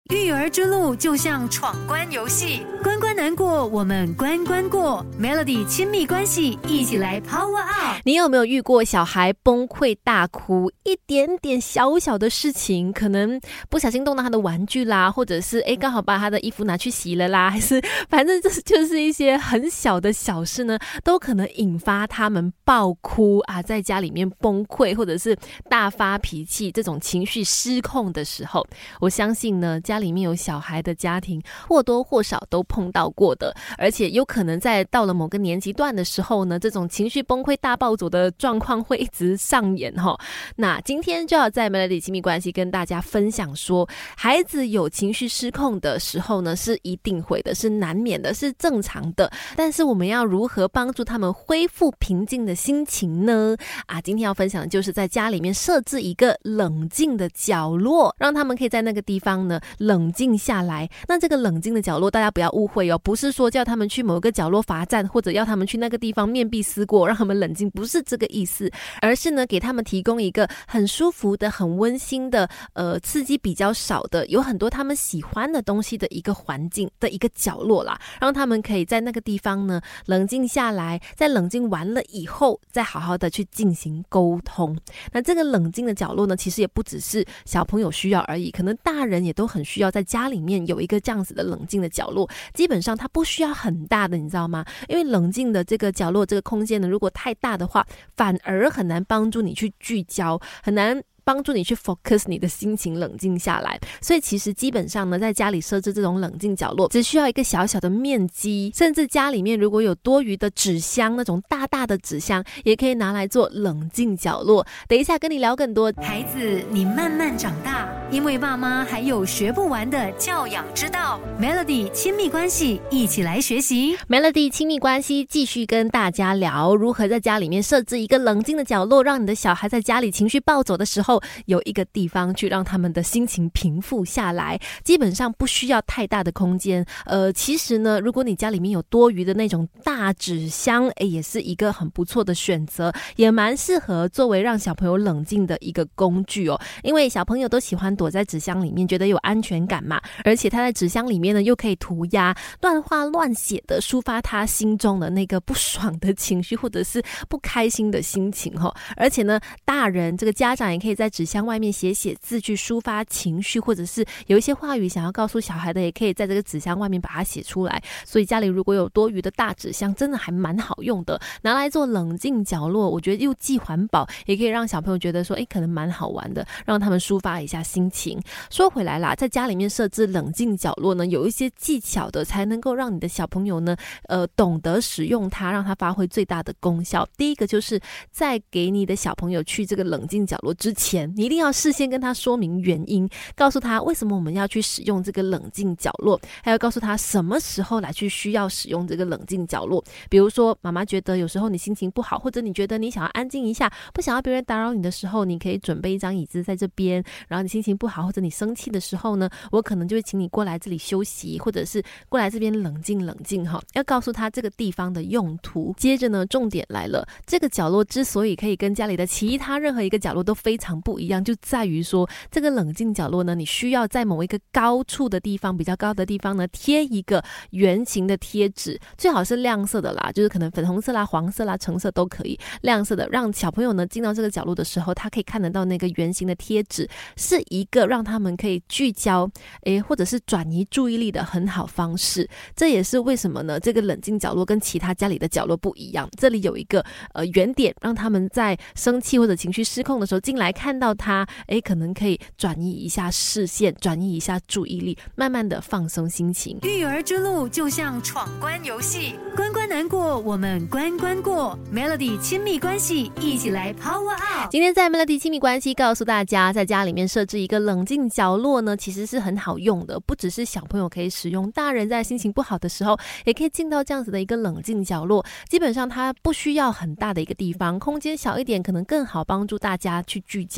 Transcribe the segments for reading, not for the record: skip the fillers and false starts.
育儿之路就像闯关游戏，关关难过，我们关关过。Melody 亲密关系，一起来 Power Up。 你有没有遇过小孩崩溃大哭，一点点小小的事情，可能不小心动到他的玩具啦，或者是刚好把他的衣服拿去洗了啦，还是反正就是一些很小的小事呢，都可能引发他们爆哭啊，在家里面崩溃，或者是大发脾气，这种情绪失控的时候，我相信呢，家里面有小孩的家庭或多或少都碰到过的，而且有可能在到了某个年纪段的时候呢，这种情绪崩溃大暴走的状况会一直上演齁。那今天就要在 Melody 亲密关系跟大家分享说，孩子有情绪失控的时候呢，是一定会的，是难免的，是正常的，但是我们要如何帮助他们恢复平静的心情呢？今天要分享的就是在家里面设置一个冷静的角落，让他们可以在那个地方呢冷静下来。那这个冷静的角落大家不要误会哦，不是说叫他们去某个角落罚站，或者要他们去那个地方面壁思过让他们冷静，不是这个意思，而是呢给他们提供一个很舒服的很温馨的刺激比较少的，有很多他们喜欢的东西的一个环境的一个角落啦，让他们可以在那个地方呢冷静下来，在冷静完了以后再好好的去进行沟通。那这个冷静的角落呢，其实也不只是小朋友需要而已，可能大人也都很需要在家里面有一个这样子的冷静的角落。基本上它不需要很大的，你知道吗？因为冷静的这个角落这个空间呢，如果太大的话，反而很难帮助你去聚焦，很难帮助你去 focus 你的心情冷静下来。所以其实基本上呢，在家里设置这种冷静角落，只需要一个小小的面积，甚至家里面如果有多余的纸箱，那种大大的纸箱也可以拿来做冷静角落。等一下跟你聊更多。 孩子，你慢慢长大，因为爸妈还有学不完的教养之道。Melody 亲密关系，一起来学习。 Melody 亲密关系继续跟大家聊如何在家里面设置一个冷静的角落，让你的小孩在家里情绪暴走的时候有一个地方去让他们的心情平复下来。基本上不需要太大的空间，其实呢，如果你家里面有多余的那种大纸箱，也是一个很不错的选择，也蛮适合作为让小朋友冷静的一个工具哦。因为小朋友都喜欢躲在纸箱里面，觉得有安全感嘛，而且他在纸箱里面呢又可以涂鸦、乱画乱写的抒发他心中的那个不爽的情绪或者是不开心的心情哦。而且呢，大人这个家长也可以在纸箱外面写字去抒发情绪，或者是有一些话语想要告诉小孩的，也可以在这个纸箱外面把它写出来。所以家里如果有多余的大纸箱，真的还蛮好用的，拿来做冷静角落，我觉得又既环保，也可以让小朋友觉得说可能蛮好玩的，让他们抒发一下心情。说回来啦，在家里面设置冷静角落呢，有一些技巧的，才能够让你的小朋友呢懂得使用它，让它发挥最大的功效。第一个就是在给你的小朋友去这个冷静角落之前，你一定要事先跟他说明原因，告诉他为什么我们要去使用这个冷静角落，还要告诉他什么时候来去需要使用这个冷静角落。比如说妈妈觉得有时候你心情不好，或者你觉得你想要安静一下，不想要别人打扰你的时候，你可以准备一张椅子在这边，然后你心情不好或者你生气的时候呢，我可能就会请你过来这里休息，或者是过来这边冷静冷静哈。要告诉他这个地方的用途。接着呢，重点来了，这个角落之所以可以跟家里的其他任何一个角落都非常不一样，就在于说这个冷静角落呢，你需要在某一个高处的地方，比较高的地方呢，贴一个圆形的贴纸，最好是亮色的啦，就是可能粉红色啦、黄色啦、橙色都可以，亮色的，让小朋友呢进到这个角落的时候，他可以看得到那个圆形的贴纸，是一个让他们可以聚焦或者是转移注意力的很好方式。这也是为什么呢，这个冷静角落跟其他家里的角落不一样，这里有一个圆点，让他们在生气或者情绪失控的时候进来看到它，可能可以转移一下视线，转移一下注意力，慢慢的放松心情。 育儿之路就像闯关游戏，关关难过，我们关关过。 Melody 亲密关系，一起来 Power Up。 今天在 Melody 亲密关系告诉大家，在家里面设置一个冷静角落呢，其实是很好用的，不只是小朋友可以使用，大人在心情不好的时候也可以进到这样子的一个冷静角落。基本上它不需要很大的一个地方，空间小一点可能更好帮助大家去聚焦。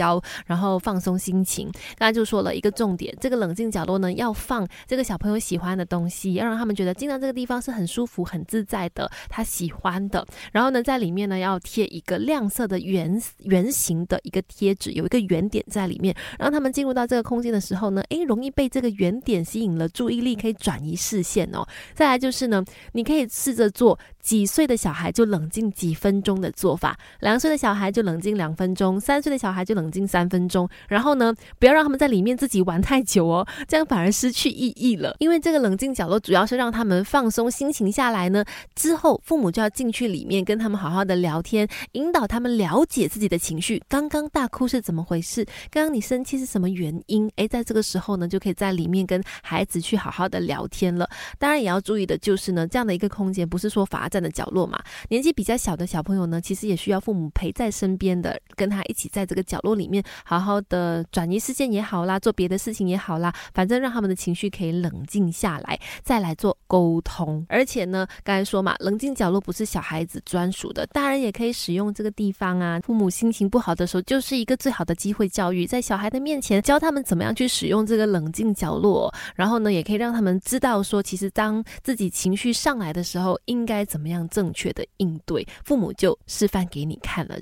交，然后放松心情。刚才就说了一个重点，这个冷静角落呢要放这个小朋友喜欢的东西，要让他们觉得进到这个地方是很舒服很自在的，他喜欢的。然后呢在里面呢要贴一个亮色的圆形的一个贴纸，有一个圆点在里面，让他们进入到这个空间的时候呢容易被这个圆点吸引了注意力，可以转移视线哦。再来就是呢，你可以试着做几岁的小孩就冷静几分钟的做法，2岁的小孩就冷静2分钟，3岁的小孩就冷静3分钟。然后呢不要让他们在里面自己玩太久哦，这样反而失去意义了。因为这个冷静角落主要是让他们放松心情下来呢，之后父母就要进去里面跟他们好好的聊天，引导他们了解自己的情绪，刚刚大哭是怎么回事，刚刚你生气是什么原因。在这个时候呢就可以在里面跟孩子去好好的聊天了。当然也要注意的就是呢，这样的一个空间不是说罚站的角落嘛，年纪比较小的小朋友呢其实也需要父母陪在身边的，跟他一起在这个角落里面好好的转移视线也好啦，做别的事情也好啦，反正让他们的情绪可以冷静下来，再来做沟通。而且呢刚才说嘛，冷静角落不是小孩子专属的，大人也可以使用这个地方啊。父母心情不好的时候就是一个最好的机会教育，在小孩的面前教他们怎么样去使用这个冷静角落，然后呢也可以让他们知道说其实当自己情绪上来的时候应该怎么样正确的应对，父母就示范给你看了。